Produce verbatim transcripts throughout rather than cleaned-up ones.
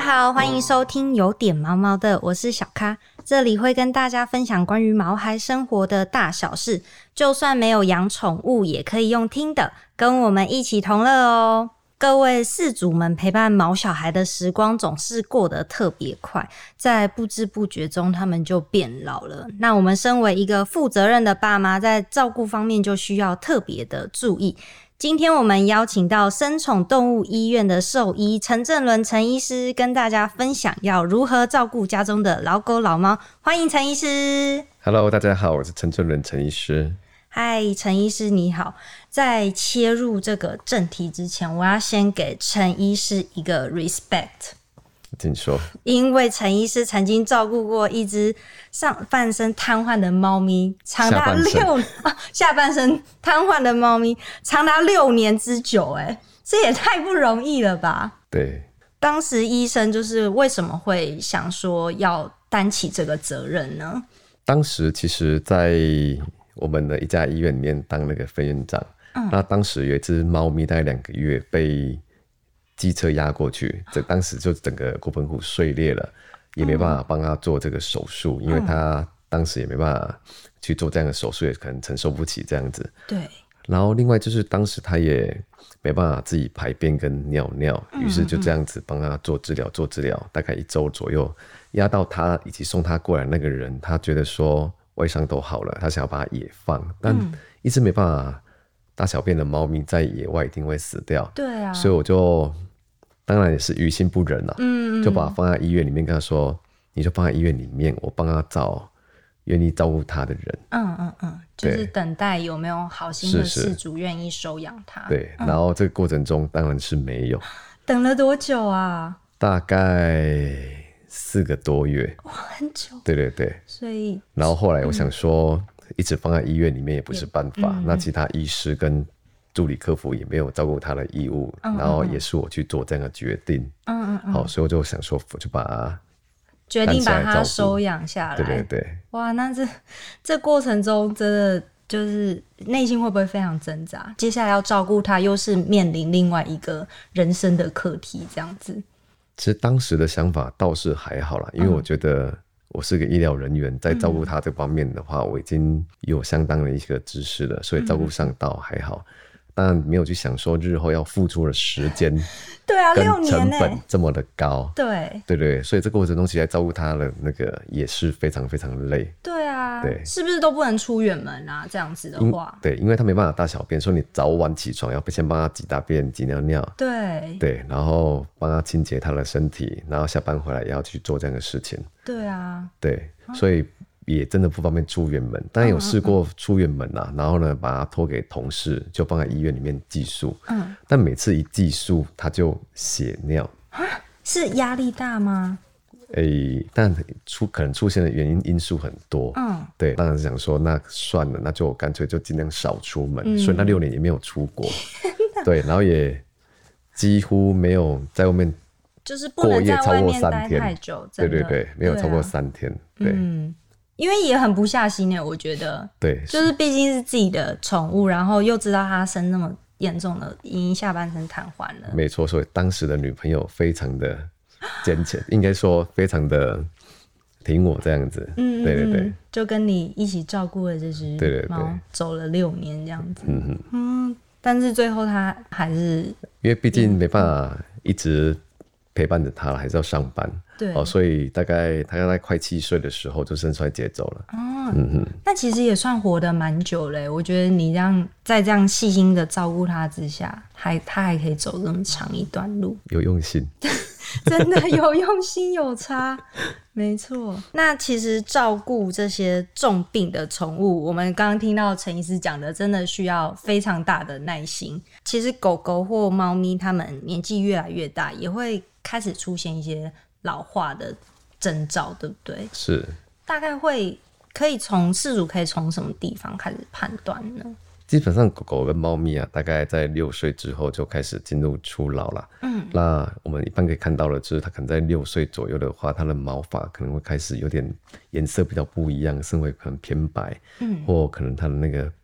好，欢迎收听有点毛毛的，我是小咖，这里会跟大家分享关于毛孩生活的大小事，就算没有养宠物也可以用听的，跟我们一起同乐哦。各位饲主们陪伴毛小孩的时光总是过得特别快，在不知不觉中他们就变老了。那我们身为一个负责任的爸妈，在照顾方面就需要特别的注意。今天我们邀请到生宠动物医院的兽医陈正伦陈医师，跟大家分享要如何照顾家中的老狗老猫。欢迎陈医师。 Hello， 大家好，我是陈正伦陈医师。 嗨，陈医师你好。在切入这个正题之前，我要先给陈医师一个 respect。 请说。因为陈医师曾经照顾过一只上半身瘫痪的猫咪，长达六啊下半身瘫痪的猫咪，长达六年之久，哎，这也太不容易了吧？ 对。 当时医生就是为什么会想说要担起这个责任呢？ 当时其实，在我们的一家医院里面当那个分院长，嗯、那当时有一只猫咪，大概两个月被机车压过去，这当时就整个骨盆骨碎裂了，也没办法帮他做这个手术，嗯、因为他当时也没办法去做这样的手术，也可能承受不起这样子。 对。 然后另外就是当时他也没办法自己排便跟尿尿，于是就这样子帮他做治疗，做治疗，大概一周左右，压到他以及送他过来那个人，他觉得说外伤都好了，他想要把它野放，但一直没办法。大小便的猫咪在野外一定会死掉， 对啊， 所以我就当然也是于心不忍了，嗯嗯，就把它放在医院里面，跟他说，你就放在医院里面，我帮他找愿意照顾他的人， 嗯嗯嗯，就是等待有没有好心的饲主愿意收养他。 对，嗯，然后这个过程中当然是没有。 等了多久啊？ 大概四个多月。 哇，很久。对对对， 所以然后后来我想说，嗯，一直放在医院里面也不是办法，嗯，那其他医师跟助理科服也没有照顾他的义务，嗯，然后也是我去做这样的决定，嗯嗯嗯，好，所以我就想说，我就把他决定把他收养下来。 对对对， 哇，那这这过程中真的就是内心会不会非常挣扎？接下来要照顾他，又是面临另外一个人生的课题，这样子。 其实当时的想法倒是还好啦，因为我觉得，嗯，我是个医疗人员，在照顾他这方面的话，嗯，我已经有相当的一个知识了，所以照顾上倒还好。当然没有去想说日后要付出的时间， 对啊， 跟成本这么的高， 对对对，所以这个过程中其实在照顾他的那个也是非常非常累。 对啊， 对， 是不是都不能出远门啊？这样子的话， 对，因为他没办法大小便，所以你早晚起床要先帮他挤大便、挤尿尿， 对对，然后帮他清洁他的身体，然后下班回来也要去做这样的事情。 对啊， 对，所以也真的不方便出远门，当然有试过出远门啦，嗯嗯嗯，然后呢把它托给同事，就放在医院里面寄宿，嗯，但每次一寄宿他就血尿。 是压力大吗？ 欸，但出可能出现的原因因素很多，嗯，对，当然是想说那算了，那就干脆就尽量少出门，嗯，所以那六年也没有出国，对，然后也几乎没有在外面就是不能在外面待太久， 对对对，没有超过三天，对，啊， 嗯，因为也很不下心耶，我觉得， 对， 就是毕竟是自己的宠物，然后又知道它生那么严重的，已经下半身瘫痪了， 没错，所以当时的女朋友非常的坚强，应该说非常的挺我这样子，嗯，对对对， 就跟你一起照顾了这只猫，走了六年这样子，嗯哼，嗯，但是最后他还是因为毕竟没办法一直陪伴着他，还是要上班， 对， 哦，所以大概他大概快七岁的时候就肾衰竭走了。哦， 嗯哼，那其实也算活得蛮久了。我觉得你这样在这样细心的照顾他之下，还他还可以走这么长一段路， 有用心， 真的有用心有差，没错。那其实照顾这些重病的宠物，我们刚刚听到陈医师讲的，真的需要非常大的耐心。其实狗狗或猫咪，它们年纪越来越大，也会开始出现一些老化的征兆，对不对？ 是。 大概会可以从饲主可以从什么地方开始判断呢？ 基本上狗狗跟猫咪啊，大概在六岁之后就开始进入初老了。嗯，那我们一般可以看到的就是，它可能在六岁左右的话，它的毛发可能会开始有点颜色比较不一样，甚至可能偏白，嗯，或可能它的那个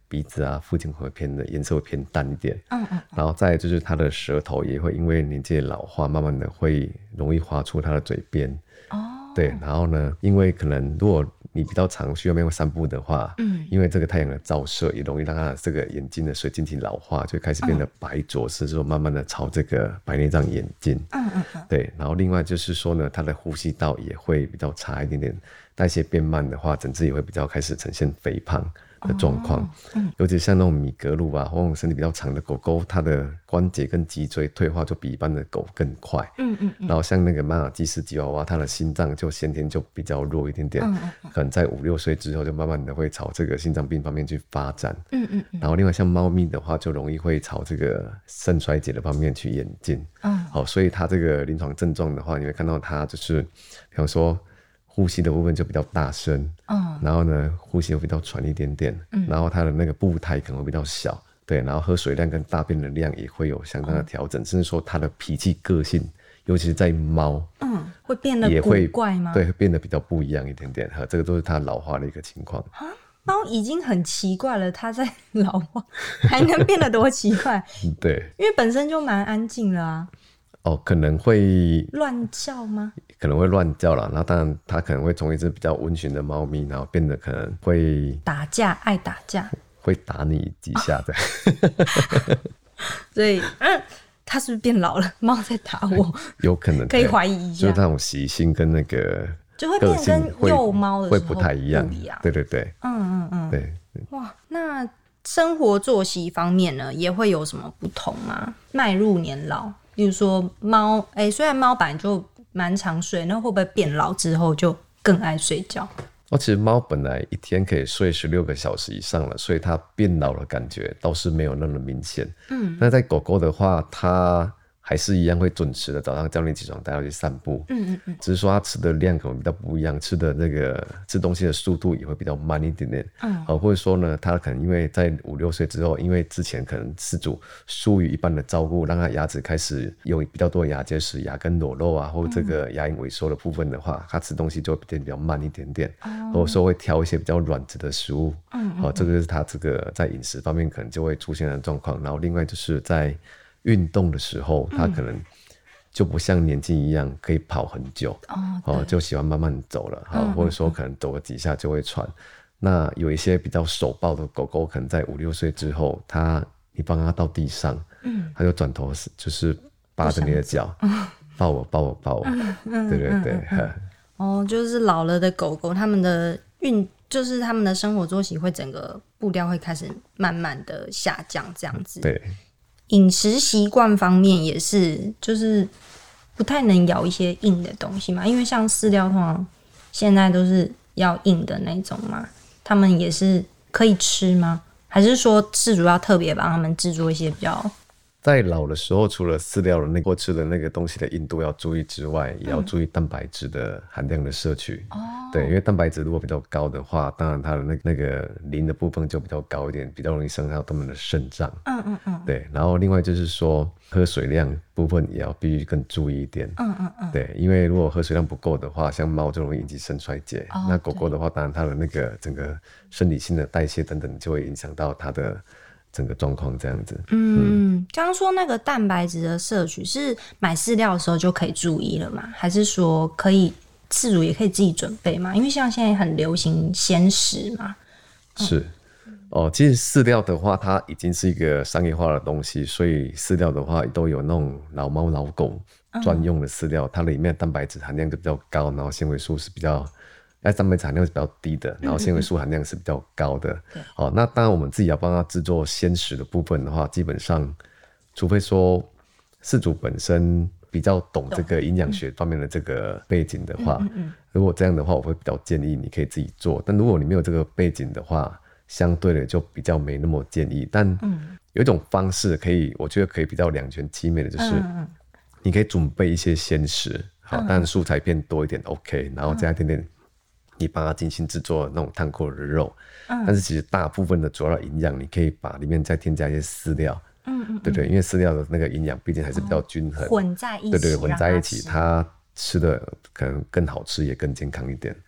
鼻子啊附近会偏的颜色会偏淡一点， 嗯嗯， 然后再来就是它的舌头也会因为年纪的老化，慢慢的会容易滑出它的嘴边。哦，对，然后呢，因为可能如果你比较常去外面散步的话，嗯，因为这个太阳的照射也容易让它这个眼睛的水晶体老化，就开始变得白浊，甚至说慢慢的朝这个白内障演进。嗯嗯嗯，对，然后另外就是说呢，它的呼吸道也会比较差一点点，代谢变慢的话，整只也会比较开始呈现肥胖的状况。哦嗯、尤其像那种米格鲁啊，或者身体比较长的狗狗，它的关节跟脊椎退化就比一般的狗更快。嗯嗯嗯，然后像那个马尔济斯吉娃娃，它的心脏就先天就比较弱一点点，嗯嗯嗯，可能在五六岁之后就慢慢的会朝这个心脏病方面去发展。嗯嗯嗯，然后另外像猫咪的话，就容易会朝这个肾衰竭的方面去演进。嗯，好，所以它这个临床症状的话，你会看到它就是比方说呼吸的部分就比较大声，嗯，然后呢呼吸又比较喘一点点，嗯，然后它的那个步态可能会比较小，对，然后喝水量跟大便的量也会有相当的调整，嗯，甚至说它的脾气个性，尤其是在猫，嗯， 会变得古怪吗？ 对，会变得比较不一样一点点，这个都是它老化的一个情况。 猫已经很奇怪了，它在老化还能变得多奇怪？ 对， 因为本身就蛮安静了啊。 哦，可能会乱叫吗？ 可能会乱叫啦，然后当然它可能会从一只比较温驯的猫咪，然后变得可能会打架，爱打架， 会打你几下的。 所以，嗯，它是不是变老了？猫在打我， 有可能可以怀疑一下， 就是那种习性跟那个就会变得跟幼猫的时候会不太一样。对对对， 嗯嗯嗯， 对。 哇，那生活作息方面呢，也会有什么不同吗？迈入年老。比如说猫，哎、欸，虽然猫本来就蛮常睡，那会不会变老之后就更爱睡觉？ 哦，其实猫本来一天可以睡十六个小时以上了，所以它变老的感觉倒是没有那么明显。嗯，那在狗狗的话，它还是一样会准时的早上叫你起床带它去散步。嗯嗯嗯，只是说它吃的量可能比较不一样，吃的那个吃东西的速度也会比较慢一点点。嗯，呃，或者说呢，它可能因为在五六岁之后，因为之前可能饲主疏于一般的照顾，让它牙齿开始有比较多的牙结石、牙根裸露啊，或者这个牙龈萎缩的部分的话，它吃东西就会变得比较慢一点点。嗯，或者说会挑一些比较软质的食物。嗯嗯，呃，这个就是它这个在饮食方面可能就会出现的状况。然后另外就是在运动的时候，他可能就不像年轻一样可以跑很久，哦哦，就喜欢慢慢走了，嗯，或者说可能走了几下就会喘。那有一些比较手暴的狗狗，可能在五六岁之后，它你放它到地上，嗯，它就转头就是扒着你的脚，抱我抱我抱我，嗯，对对对，嗯， 哦，就是老了的狗狗，他们的运就是他们的生活作息会整个步调会开始慢慢的下降，这样子， 对。 饮食习惯方面也是，就是不太能咬一些硬的东西嘛，因为像饲料通常现在都是要硬的那种嘛，他们也是可以吃吗？还是说饲主要特别帮他们制作一些比较？ 在老的时候，除了饲料的那或吃的那个东西的硬度要注意之外，也要注意蛋白质的含量的摄取。哦，对，因为蛋白质如果比较高的话，当然它的那那个磷的部分就比较高一点，比较容易伤到它们的肾脏。嗯嗯嗯。对，然后另外就是说喝水量部分也要必须更注意一点。嗯嗯嗯。对，因为如果喝水量不够的话，像猫就容易引起肾衰竭。哦，那狗狗的话，当然它的那个整个生理性的代谢等等，就会影响到它的整个状况这样子。 嗯，刚刚说那个蛋白质的摄取是买饲料的时候就可以注意了吗？还是说可以饲主也可以自己准备吗？因为像现在很流行鲜食嘛。 嗯，是哦，其实饲料的话它已经是一个商业化的东西，所以饲料的话都有那种老猫老狗专用的饲料，嗯，它里面的蛋白质含量就比较高，然后纤维素是比较那蛋白质含量是比较低的，然后纤维素含量是比较高的。嗯，哦，那当然我们自己要帮它制作鲜食的部分的话，基本上除非说饲主本身比较懂这个营养学方面的这个背景的话，嗯嗯嗯，如果这样的话，我会比较建议你可以自己做。但如果你没有这个背景的话，相对的就比较没那么建议。但有一种方式可以，我觉得可以比较两全其美的，就是你可以准备一些鲜食，好，但素材片多一点 OK， 然后加一点点你帮它精心制作的那种炭锅的肉，嗯，但是其实大部分的主要的营养，你可以把里面再添加一些饲料，嗯嗯，对对，因为饲料的那个营养毕竟还是比较均衡，哦， 混在一起， 对对，混在一起，它吃的可能更好吃，也更健康一点。 哦，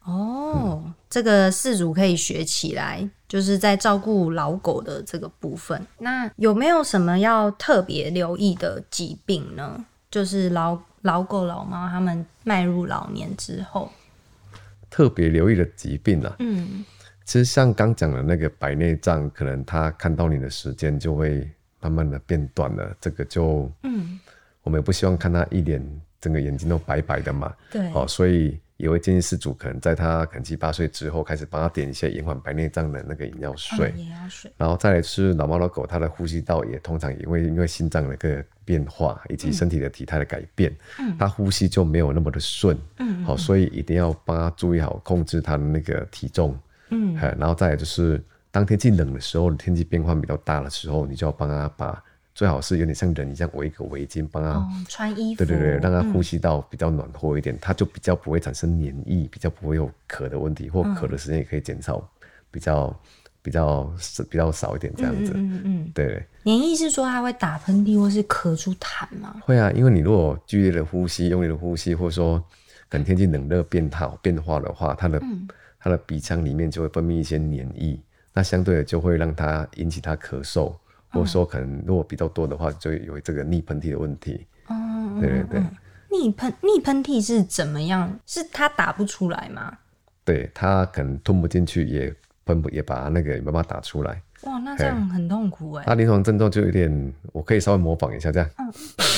哦、嗯，这个饲主可以学起来，就是在照顾老狗的这个部分。那有没有什么要特别留意的疾病呢？就是老老狗老猫他们迈入老年之后特别留意的疾病啊， 嗯， 其实像刚讲的那个白内障，可能它看到你的时间就会慢慢的变短了，这个就嗯，我们也不希望看它一脸整个眼睛都白白的嘛， 对， 哦，所以也会建议饲主可能在他可能七八岁之后开始帮他点一些延缓白内障的那个眼药水， 眼药水， 然后再来是老猫老狗，它的呼吸道也通常也会因为心脏的一个变化以及身体的体态的改变，嗯，它呼吸就没有那么的顺，嗯，好，所以一定要帮他注意好控制他的那个体重，嗯，然后再来就是当天气冷的时候，天气变化比较大的时候，你就要帮他把。最好是有点像人一样围一个围巾帮他、 哦、穿衣服， 对对对，让他呼吸道比较暖和一点，他、嗯、就比较不会产生黏液，比较不会有咳的问题，或咳的时间也可以减少，比较比较比较少一点这样子。嗯嗯嗯，对。 黏液是说他会打喷嚏或是咳出痰吗？ 会啊，因为你如果剧烈的呼吸、用力的呼吸，或者说可能天气冷热变好变化的话，他的、嗯、他的鼻腔里面就会分泌一些黏液，那相对的就会让他引起他咳嗽。或者说可能如果比较多的话就有这个逆喷嚏的问题。嗯，对对对。 逆喷逆喷嚏是怎么样？是他打不出来吗？ 对，他可能吞不进去也喷不也把那个没办法打出来。 哇，那这样很痛苦哎。 他临床症状就有点，我可以稍微模仿一下这样。嗯。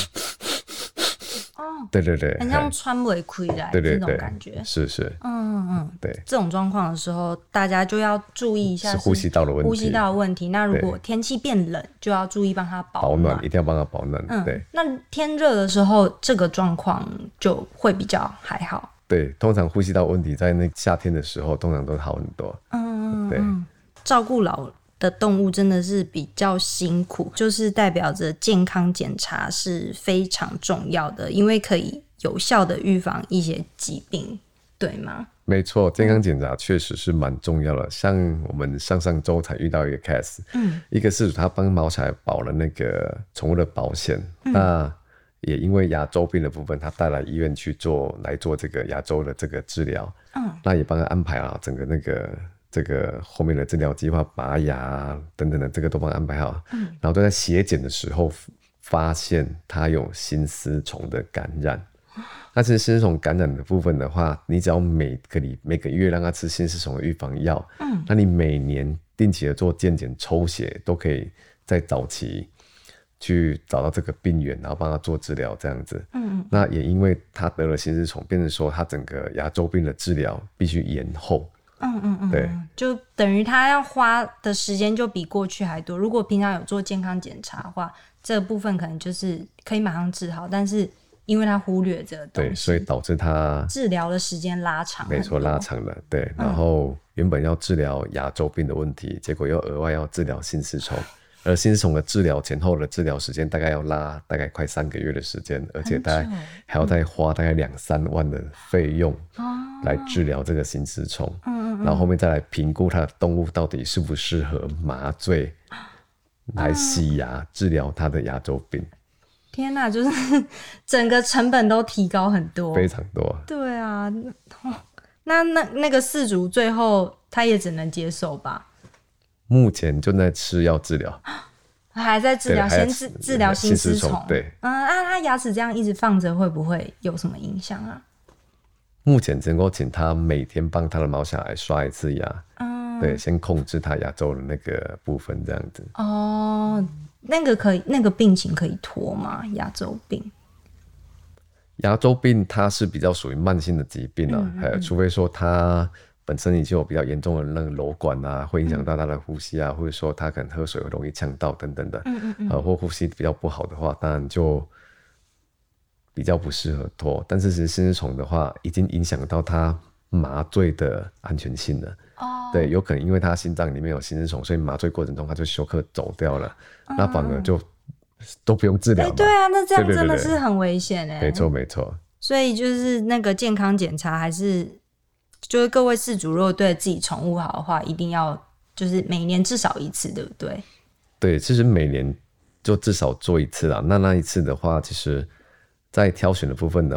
哦，对对对， 很像喘不开来这种感觉。 是是。 嗯嗯， 对。 这种状况的时候，大家就要注意一下是呼吸道的问题。 呼吸道的问题。那如果天气变冷，就要注意帮他保暖。保暖一定要帮他保暖。嗯，对。 那天热的时候，这个状况就会比较还好。 对，通常呼吸道问题在那夏天的时候，通常都好很多。嗯，对。 照顾老的动物真的是比较辛苦，就是代表着健康检查是非常重要的，因为可以有效的预防一些疾病，对吗？ 没错，健康检查确实是蛮重要的。像我们上上周才遇到一个 case， 嗯，一个饲主他帮毛小孩保了那个宠物的保险，嗯，那也因为牙周病的部分，他带来医院去做来做这个牙周的这个治疗，嗯，那也帮他安排好整个那个这个后面的治疗计划，拔牙等等的，这个都帮他安排好，嗯，然后就在血检的时候发现他有心丝虫的感染。那其实心丝虫感染的部分的话，你只要每个礼每个月让他吃心丝虫的预防药，嗯，那你每年定期的做健检抽血，都可以在早期去找到这个病源，然后帮他做治疗这样子。嗯嗯。那也因为他得了心丝虫，变成说他整个牙周病的治疗必须延后。 嗯嗯嗯，对，就等于他要花的时间就比过去还多。如果平常有做健康检查的话，这个部分可能就是可以马上治好，但是因为他忽略这个东西， 对，所以导致他治疗的时间拉长， 没错，拉长了。对，然后原本要治疗牙周病的问题，结果又额外要治疗心丝虫，而心丝虫的治疗前后的治疗时间大概要拉大概快三个月的时间，而且大概还要再花大概两三万的费用来治疗这个心丝虫。嗯嗯，然后后面再来评估它的动物到底适不适合麻醉来洗牙治疗它的牙周病。 天哪，就是整个成本都提高很多， 非常多。 对啊，那那那个饲主最后他也只能接受吧？ 目前就在吃药治疗， 还在治疗，先治治疗心丝虫。 对， 嗯，啊，他牙齿这样一直放着，会不会有什么影响啊？ 目前只能够请他每天帮他的毛小孩刷一次牙，嗯，对，先控制他牙周的那个部分，这样子。 哦。那个可以，那个病情可以拖吗？牙周病， 牙周病它是比较属于慢性的疾病啊，嗯嗯嗯，除非说它本身已经有比较严重的那个瘘管啊，会影响到他的呼吸啊，嗯，或者说他可能喝水会容易呛到等等的，嗯嗯嗯，呃，或呼吸比较不好的话，当然就比较不适合拖。但是其实心丝虫的话，已经影响到他麻醉的安全性了。哦，对，有可能因为他心脏里面有心丝虫，所以麻醉过程中他就休克走掉了，嗯，那反而就都不用治疗嘛。 对啊，那这样真的是很危险哎。 没错没错。 所以就是那个健康检查，还是就是各位饲主如果对自己宠物好的话，一定要就是每年至少一次，对不对？ 对，其实每年就至少做一次啦。那那一次的话，其实在挑选的部分的话，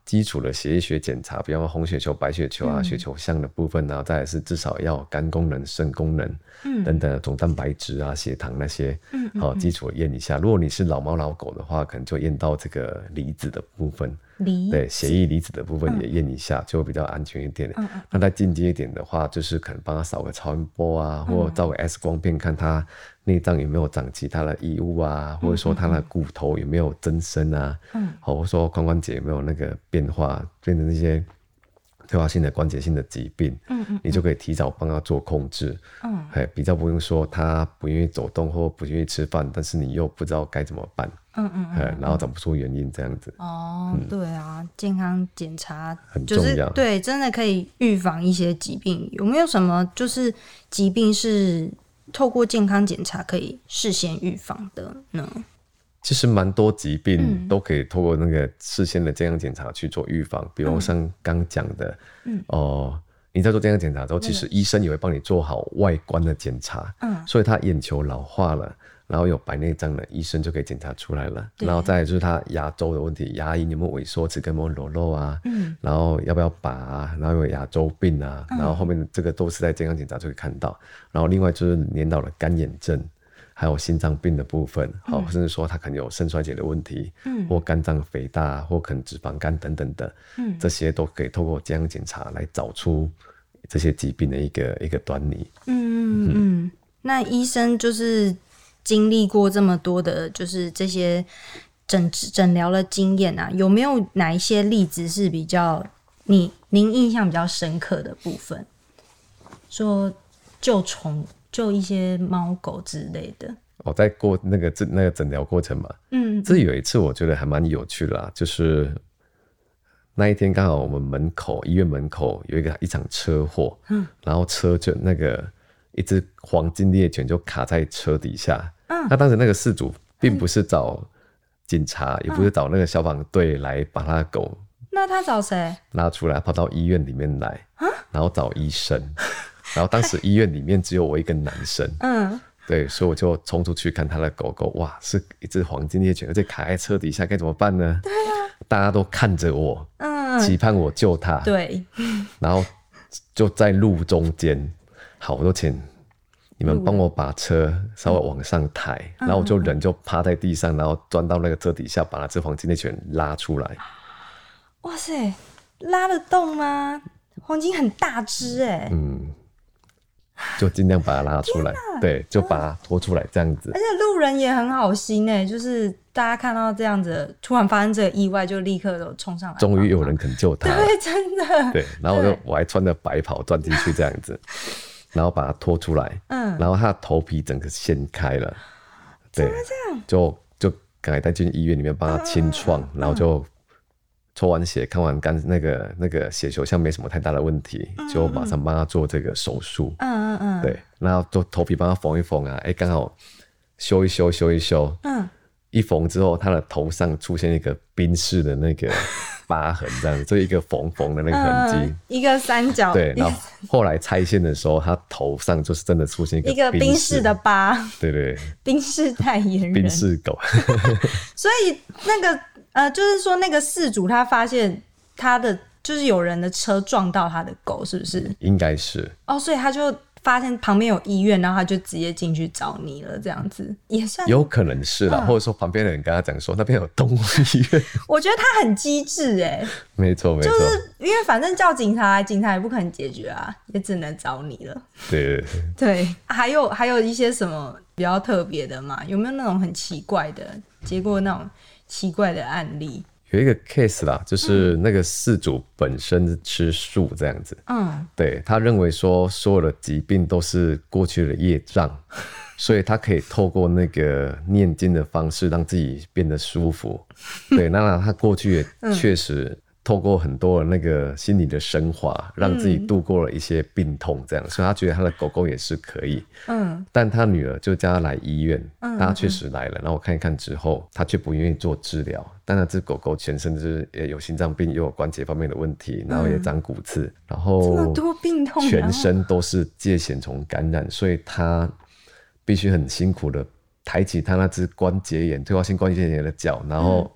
基础的血液学检查，比方说红血球、白血球啊、嗯、血球项的部分，然后再来是至少要肝功能、肾功能、嗯、等等总蛋白质啊、血糖那些，嗯嗯、哦、基础验一下。如果你是老猫老狗的话，可能就验到这个离子的部分， 离对血液离子的部分也验一下，嗯、就会比较安全一点。嗯嗯、那再进阶一点的话，就是可能帮他扫个超音波啊，嗯、或照个 X 光片，看他内脏有没有长其他的异物啊，或者说他的骨头有没有增生啊，嗯，或者说髋关节有没有那个变化，变成一些退化性的关节性的疾病，嗯嗯，你就可以提早帮他做控制，嗯，比较不用说他不愿意走动或不愿意吃饭，但是你又不知道该怎么办，嗯嗯嗯，然后找不出原因这样子。 哦，嗯、对啊，健康检查很重要， 就是，对，真的可以预防一些疾病。有没有什么就是疾病是透过健康检查可以事先预防的呢？ 其实蛮多疾病都可以透过那个事先的健康检查去做预防，嗯、比如像刚讲的，嗯，哦、呃，你在做健康检查之后，其实医生也会帮你做好外观的检查，嗯，所以他眼球老化了，然后有白内障了，医生就可以检查出来了。然后再来就是他牙周的问题，牙龈有没有萎缩，齿根有没有裸露啊，嗯，然后要不要拔啊，然后有牙周病啊，嗯、然后后面这个都是在健康检查就可以看到。然后另外就是年老的干眼症。还有心脏病的部分，好、嗯，甚至说他可能有肾衰竭的问题，嗯，或肝脏肥大，或可能脂肪肝等等的，嗯，这些都可以透过健康检查来找出这些疾病的一个一个端倪。 嗯嗯嗯。那医生就是经历过这么多的，就是这些诊诊疗的经验啊，有没有哪一些例子是比较你您印象比较深刻的部分？说救宠。就一些猫狗之类的， 我、哦、在过那个那个诊疗过程嘛，嗯，这有一次我觉得还蛮有趣的啦，就是那一天刚好我们门口医院门口有一个一场车祸，嗯，然后车就那个一只黄金猎犬就卡在车底下，嗯，那当时那个事主并不是找警察，嗯、也不是找那个消防队来把他的狗， 那他找谁？ 拉出来跑到医院里面来，啊、然后找医生。然后当时医院里面只有我一个男生，嗯，对，所以我就冲出去看他的狗狗，哇，是一只黄金猎犬，而且卡在车底下，该怎么办呢？ 对啊， 大家都看着我，嗯，期盼我救他， 对， 然后就在路中間，好，我就请你们帮我把车稍微往上抬，嗯、然后我就人就趴在地上，然后钻到那个车底下，把那只黄金猎犬拉出来。 哇塞，拉得动吗？黄金很大只哎、欸，嗯。 就尽量把它拉出来，对，就把它拖出来这样子。 而且路人也很好心哎，就是大家看到这样子突然发生这个意外，就立刻都冲上来， 终于有人肯救他了。 对，真的。对， 然后我就我还穿着白袍钻进去这样子，然后把它拖出来，嗯，然后它的头皮整个掀开了，对， 这样就就赶快带进医院里面帮它清创，嗯、然后就。抽完血看完肝那个那个血球像没什么太大的问题，嗯、就马上帮他做这个手术。嗯嗯嗯，对，然后就头皮帮他缝一缝啊，哎，刚好修一修修一修，嗯，一缝之后，他的头上出现一个宾士的那个疤痕，这样子，就一个缝缝的那个痕迹， 嗯，一个三角。 对，然后后来拆线的时候，他头上就是真的出现一个一个宾士的疤。 对对， 宾士代言人， 宾士狗。 所以那个。呃，就是说那个事主他发现他的就是有人的车撞到他的狗，是不是？ 应该是哦，所以他就发现旁边有医院，然后他就直接进去找你了，这样子也算有可能是啦，嗯、或者说旁边的人跟他讲说那边有动物医院。 我觉得他很机智哎， 没错没错， 就是因为反正叫警察来，警察也不可能解决啊，也只能找你了。 对对对，还有还有一些什么比较特别的嘛？有没有那种很奇怪的结果那种？奇怪的案例有一个 case 啦，就是那个事主本身吃素这样子，嗯，对，他认为说所有的疾病都是过去的业障，所以他可以透过那个念经的方式让自己变得舒服。对，那他过去也确实透过很多的那个心理的升华，让自己度过了一些病痛这样，所以他觉得他的狗狗也是可以。嗯，但他女儿就叫他来医院，嗯，他确实来了，然后我看一看之后，他却不愿意做治疗。但那只狗狗全身就是也有心脏病，又有关节方面的问题，然后也长骨刺，嗯、然后这么多病痛， 全身都是疥藓虫感染，所以他必须很辛苦的抬起他那只关节炎、退化性关节炎的脚，然后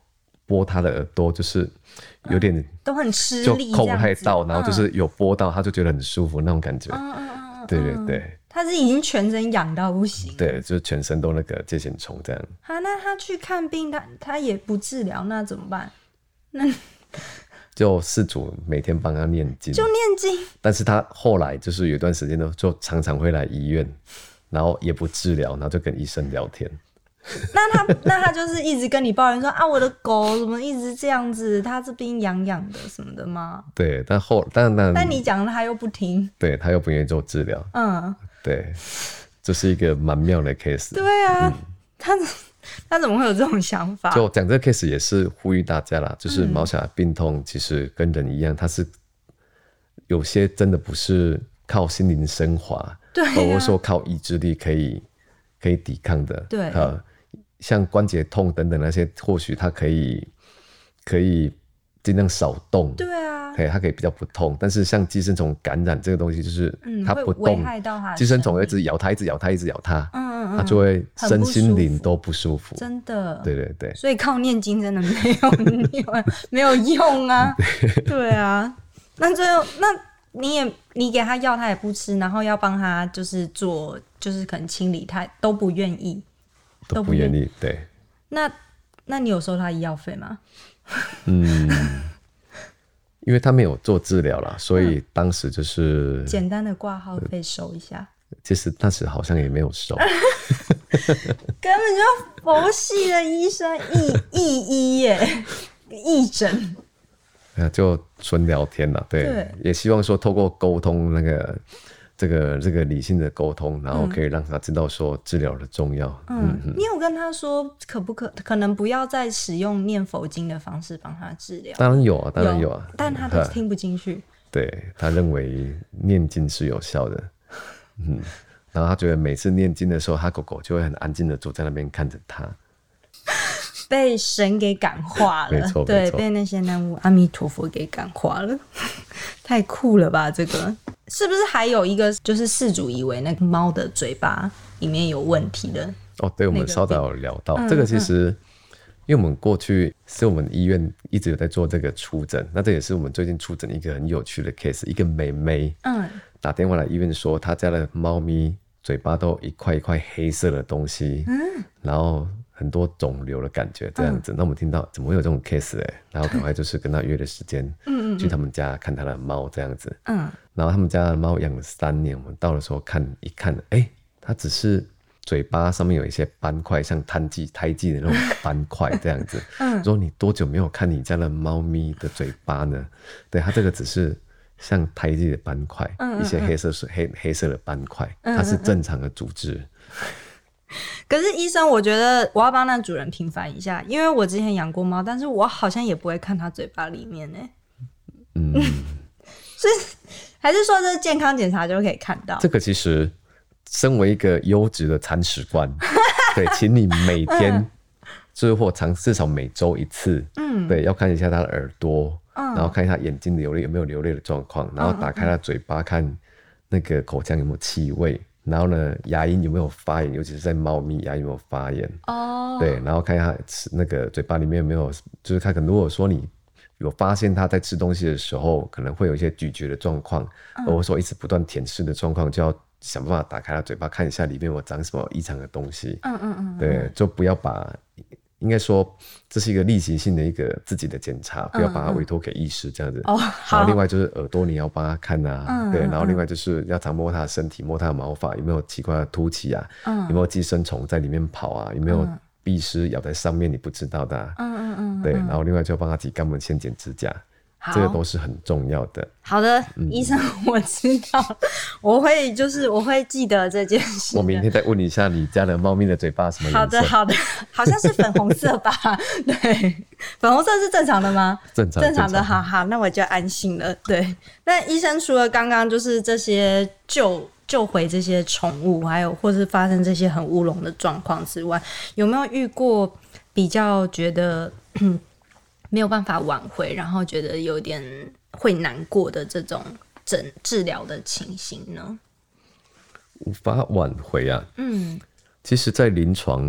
拨它的耳朵，就是有点、 嗯、都很吃就力， 扣不太到，然后就是嗯、 有拨到，他就觉得很舒服那种感觉。嗯嗯嗯，对对对， 他是已经全身痒到不行， 对，就是全身都那个疥藓虫这样。 啊，那他去看病，他他也不治疗，那怎么办？那就事主每天帮他念经， 就念经。但是他后来就是有一段时间呢，就常常会来医院，然后也不治疗，然后就跟医生聊天。 那他那他就是一直跟你抱怨说啊，我的狗怎么一直这样子，它这边痒痒的什么的吗？ 对，但后但但但你讲了他又不听， 对他又不愿意做治疗。嗯，对，这是一个蛮妙的 case。 对啊，嗯、他他怎么会有这种想法？ 就讲这个 case 也是呼吁大家啦，就是毛小孩病痛其实跟人一样，它是有些真的不是靠心灵升华， 对、啊， 或者说靠意志力可以可以抵抗的。 对， 呃，像关节痛等等那些，或许它可以可以尽量少动。 对啊， 对，它可以比较不痛。但是像寄生虫感染这个东西，就是它不动， 危害到它， 寄生虫一直咬它，一直咬它，一直咬它，嗯嗯嗯，它就会身心灵都不舒服。 真的， 对对对。 所以靠念经真的没有没有用啊。对啊，那最后那你也你给他药，他也不吃，然后要帮他就是做，就是可能清理，他都不愿意， 都不愿意。对。 那那你有收他医药费吗？ 嗯。因为他没有做治疗啦，所以当时就是简单的挂号费收一下。 其实当时好像也没有收， 根本就佛系的医生，义义医耶，义诊。 就纯聊天啦，对，对，也希望说透过沟通那个这个这个理性的沟通，然后可以让他知道说治疗的重要。 嗯，嗯你有跟他说可不可可能不要再使用念佛经的方式帮他治疗？ 当然有啊，当然有啊，有但他都听不进去。 对，他认为念经是有效的，嗯，然后他觉得每次念经的时候，他狗狗就会很安静的坐在那边看着他。 被神给感化了， 没错， 对，被那些南无阿弥陀佛给感化了，太酷了吧？这个是不是还有一个，就是事主以为那个猫的嘴巴里面有问题的？ 哦，对，我们稍早有聊到、那個、这个，其实、嗯、因为我们过去是我们医院一直有在做这个初诊，那这也是我们最近初诊一个很有趣的 case， 一个妹妹，嗯，打电话来医院说，她家的猫咪嘴巴都有一块一块黑色的东西，嗯，然后很多肿瘤的感觉这样子、嗯、那我们听到怎么会有这种 case 哎，然后赶快就是跟他约了时间嗯嗯去他们家看他的猫这样子，嗯，然后他们家的猫养了三年，我们到的时候看一看，哎，它只是嘴巴上面有一些斑块，像胎记胎记的那种斑块这样子，嗯，说你多久没有看你家的猫咪的嘴巴呢？对，它这个只是像胎记的斑块，嗯嗯嗯一些黑色黑黑色的斑块，它是正常的组织。嗯嗯嗯可是医生，我觉得我要帮那主人平反一下，因为我之前养过猫，但是我好像也不会看它嘴巴里面呢。嗯，所以还是说这健康检查就可以看到。这个其实身为一个优质的铲屎官，对，请你每天、嗯、就是或长至少每周一次，嗯，对，要看一下它的耳朵，嗯，然后看一下眼睛流泪有没有流泪的状况，然后打开它嘴巴看那个口腔有没有气味。然后呢，牙龈有没有发炎，尤其是在猫咪牙龈有没有发炎哦？ Oh. 对，然后看一下吃那个嘴巴里面有没有，就是看可能如果说你有发现它在吃东西的时候可能会有一些咀嚼的状况，嗯、或者说一直不断舔舐的状况，就要想办法打开它嘴巴看一下里面有长什么异常的东西。嗯嗯嗯，对，就不要把。应该说这是一个例行性的一个自己的检查，不要把它委托给医师这样子。嗯嗯然后另外就是耳朵你要帮他看啊，嗯、对，然后另外就是要常摸他的身体，摸他的毛发有没有奇怪的凸起啊，嗯、有没有寄生虫在里面跑啊，有没有蜱虱咬在上面你不知道的、啊，嗯嗯嗯，对，然后另外就要帮他挤肛门腺剪指甲。这个都是很重要的。好的，嗯、医生，我知道，我会就是我会记得这件事。 我明天再问一下你家的猫咪的嘴巴什么颜色？ 好的，好的，好像是粉红色吧？对，粉红色是正常的吗？ 正常， 正常的，好好，那我就安心了。对，那医生除了刚刚就是这些救救回这些宠物，还有或是发生这些很乌龙的状况之外，有没有遇过比较觉得没有办法挽回，然后觉得有点会难过的这种诊治疗的情形呢？ 无法挽回啊。嗯，其实在临床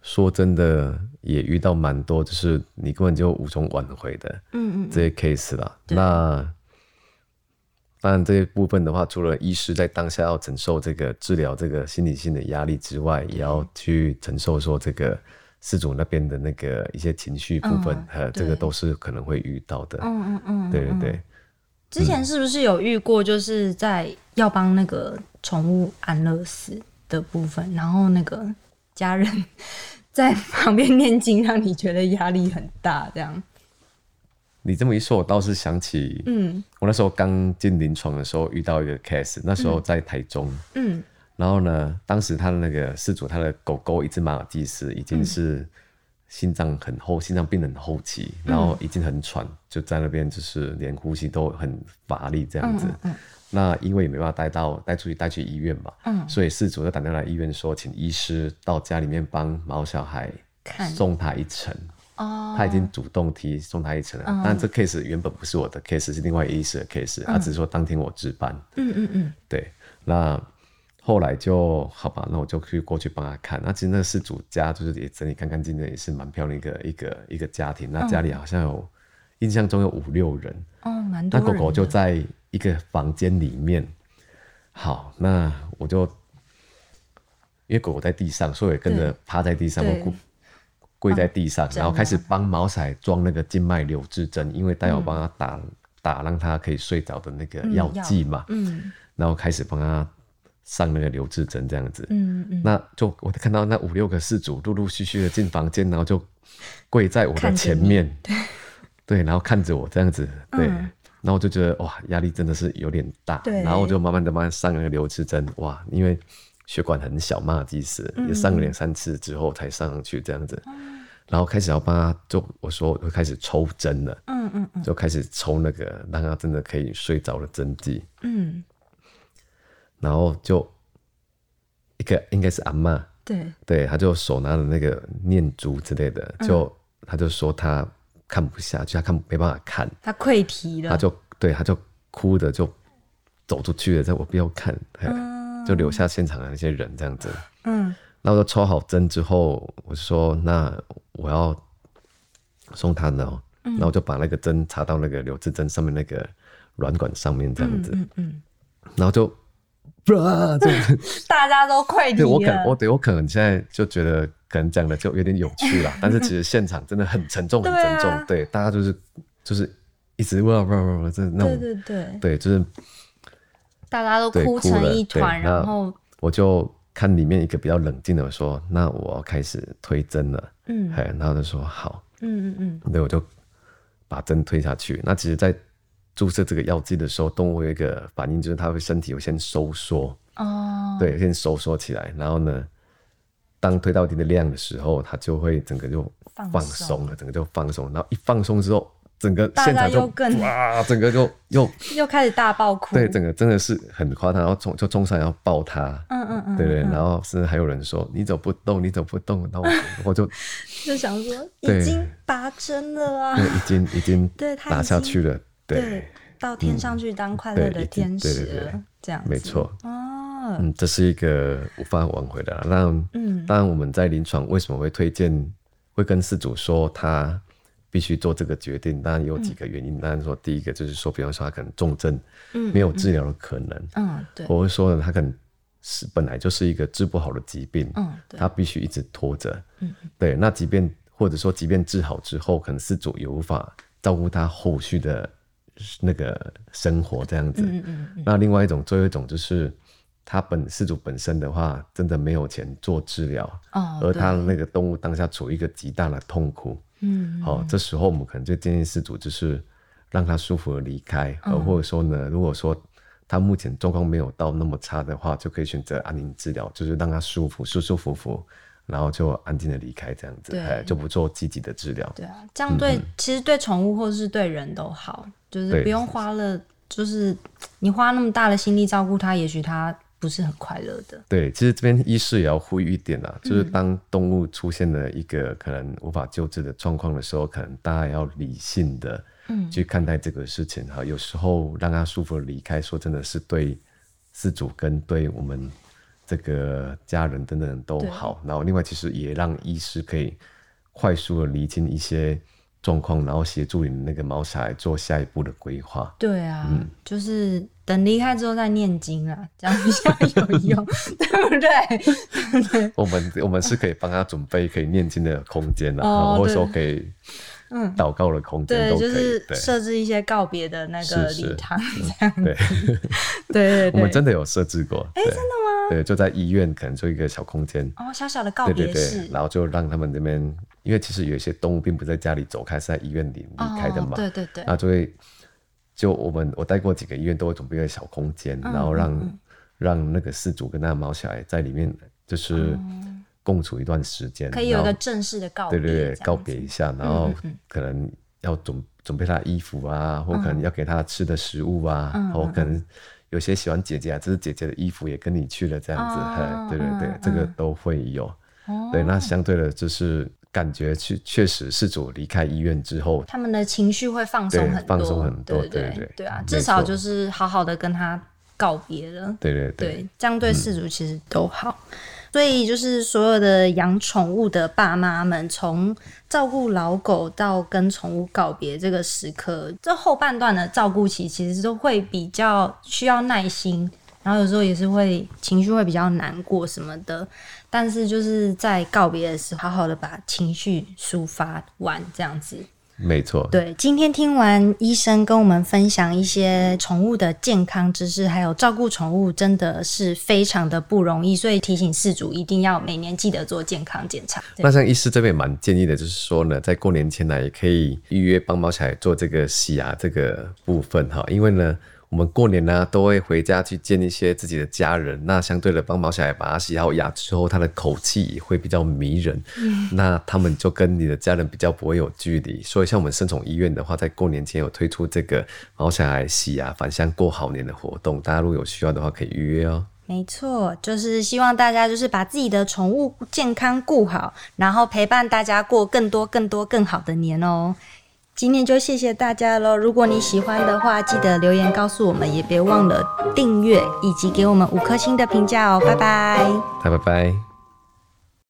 说真的也遇到蛮多就是你根本就无从挽回的嗯嗯这些 case 啦。那当然这一部分的话，除了医师在当下要承受这个治疗这个心理性的压力之外，也要去承受说这个事主那边的那个一些情绪部分、嗯、这个都是可能会遇到的。嗯嗯嗯，对对对。 之前是不是有遇过就是在要帮那个宠物安乐死的部分，然后那个家人在旁边念经，让你觉得压力很大这样？ 你这么一说，我倒是想起，嗯，我那时候刚进临床的时候遇到一个 case， 那时候在台中，嗯，然后呢，当时他的那个事主，他的狗狗一只马尔济斯已经是心脏很后，心脏病很后期，然后已经很喘，就在那边就是连呼吸都很乏力这样子。嗯嗯，那因为也没办法带到带出去带去医院嘛，嗯，所以事主就打电话来医院说，请医师到家里面帮毛小孩送他一程。哦，他已经主动提送他一程了，嗯、但这 case 原本不是我的 case， 是另外医师的 case，、嗯、他只是说当天我值班。嗯嗯嗯，对。那后来就好吧，那我就去过去帮他看。那其实那个事主家就是也整理干干净净，也是蛮漂亮一个一个一个家庭。那家里好像有、嗯、印象中有五六人，哦，蛮多人的。那狗狗就在一个房间里面。好，那我就因为狗狗在地上，所以我也跟着趴在地上。跪在地上、哦、然后开始帮毛仔装那个静脉留置针，因为待会我帮他打、嗯、打让他可以睡着的那个药剂嘛、嗯嗯、然后开始帮他上那个留置针这样子。嗯嗯，那就我看到那五六个事主陆陆续续的进房间，然后就跪在我的前面，对对，然后看着我这样子，对、嗯、然后我就觉得哇，压力真的是有点大，然后我就慢慢的慢慢上那个留置针，哇，因为血管很小，马尔济斯也上了两三次之后才上去这样子、嗯、然后开始要帮他，就我说我开始抽针了，嗯嗯嗯，就开始抽那个让他真的可以睡着的针剂，嗯，然后就一个应该是阿嬷，对对，他就手拿着那个念珠之类的，就、嗯、他就说他看不下去，他看没办法看，他溃堤了，他就对他就哭的就走出去了，在我不要看，嗯，就留下现场的那些人这样子，嗯，那我就抽好针之后，我就说那我要送他呢、喔，嗯，然后我就把那个针插到那个留置针上面那个软管上面这样子，嗯 嗯, 嗯，然后就，啊，就大家都溃堤了， 对我可能我对我可能现在就觉得可能讲的就有点有趣啦，但是其实现场真的很沉重很沉重，对,、啊、对，大家就是就是一直哇哇哇，就是那种，对对对，对，就是。 大家都哭成一团，然后我就看里面一个比较冷静的，我说：“那我要开始推针了。”嗯，然后就说：“好。”嗯嗯嗯，对，我就把针推下去。那其实，在注射这个药剂的时候，动物有一个反应，就是它会身体会先收缩，哦，对，先收缩起来。然后呢，当推到一定的量的时候，它就会整个就放松了，整个就放松。然后一放松之后，整个现场就更哇，整个就又又开始大爆哭， 对，整个真的是很夸张，然后冲就冲上来要抱他，嗯嗯嗯，对对，然后甚至还有人说你走不动，你走不动，然后 我, 我就就想说已经拔针了啊， 对，已经已经打下去了，对， 对，到天上去当快乐的天使了，对对对对，这样子没错，哦，嗯，这是一个无法挽回的啦。那嗯，当然我们在临床为什么会推荐，会跟饲主说他必须做这个决定，当然有几个原因。嗯、当然说，第一个就是说，比方说他可能重症，嗯，没有治疗的可能，嗯，对，或者说他可能是本来就是一个治不好的疾病，嗯，他必须一直拖着，嗯，对。那即便或者说，即便治好之后，可能饲主也无法照顾他后续的那个生活这样子。嗯嗯嗯。那另外一种，最后一种就是他本饲主本身的话，真的没有钱做治疗，哦，而他那个动物当下处于一个极大的痛苦。嗯，好、哦，这时候我们可能就建议饲主就是让他舒服的离开，嗯、或者说呢，如果说他目前状况没有到那么差的话，就可以选择安宁治疗，就是让他舒服、舒舒服服，然后就安静的离开，这样子，哎，就不做积极的治疗。 对啊，这样对，嗯、其实对宠物或是对人都好，就是不用花了，就是你花那么大的心力照顾它，也许它不是很快乐的。 对，其实这边医师也要呼吁一点啦，就是当动物出现了一个可能无法救治的状况的时候，可能大家要理性的去看待这个事情哈。有时候让它舒服的离开，说真的是对饲主跟对我们这个家人等等都好，然后另外其实也让医师可以快速的厘清一些状况，然后协助你那个毛小孩做下一步的规划。 对啊、嗯、就是等离开之后再念经啦，这样比较有用对不对？ 我们我们是可以帮他准备可以念经的空间啦、哦、或者说可以祷告的空间都可以、 嗯、对，就是设置一些告别的那个礼堂这样子。 对对对对， 我们真的有设置过。 哎、欸，真的吗？ 对，就在医院可能做一个小空间哦，小小的告别室。对对对， 然后就让他们这边，因为其实有一些动物并不在家里走开，是在医院里离开的嘛。 哦、对对对， 那就会就我们我带过几个医院都会准备一个小空间、嗯，然后让、嗯、让那个饲主跟那个毛小孩在里面就是共处一段时间、嗯， 可以有一个正式的告别， 对对对，告别一下，然后可能要准准备他的衣服啊，或可能要给他吃的食物啊，嗯、或可能有些喜欢姐姐啊，这是姐姐的衣服也跟你去了这样子，哦、对对对、嗯，这个都会有。哦、对，那相对的就是感觉确确实饲主离开医院之后， 他们的情绪会放松很多， 放松很多， 对对对, 对, 对啊，至少就是好好的跟他告别了， 对对对, 对，这样对饲主其实都好。嗯，所以就是所有的养宠物的爸妈们，从照顾老狗到跟宠物告别这个时刻，这后半段的照顾期其实都会比较需要耐心，然后有时候也是会情绪会比较难过什么的，但是就是在告别的时候好好的把情绪抒发完这样子。 没错， 对，今天听完医生跟我们分享一些宠物的健康知识，还有照顾宠物真的是非常的不容易，所以提醒饲主一定要每年记得做健康检查。 那像医师这边蛮建议的，就是说呢，在过年前呢，也可以预约帮毛小孩做这个洗牙这个部分哈，因为呢，我们过年呢都会回家去见一些自己的家人，那相对的帮毛小孩把他洗好牙之后，他的口气也会比较迷人、嗯、那他们就跟你的家人比较不会有距离，所以像我们生宠医院的话，在过年前有推出这个毛小孩洗牙返乡过好年的活动，大家如果有需要的话可以预约哦。 没错，就是希望大家就是把自己的宠物健康顾好，然后陪伴大家过更多更多更好的年哦。今天就谢谢大家咯，如果你喜欢的话记得留言告诉我们，也别忘了订阅以及给我们五颗星的评价哦。拜拜， 拜拜。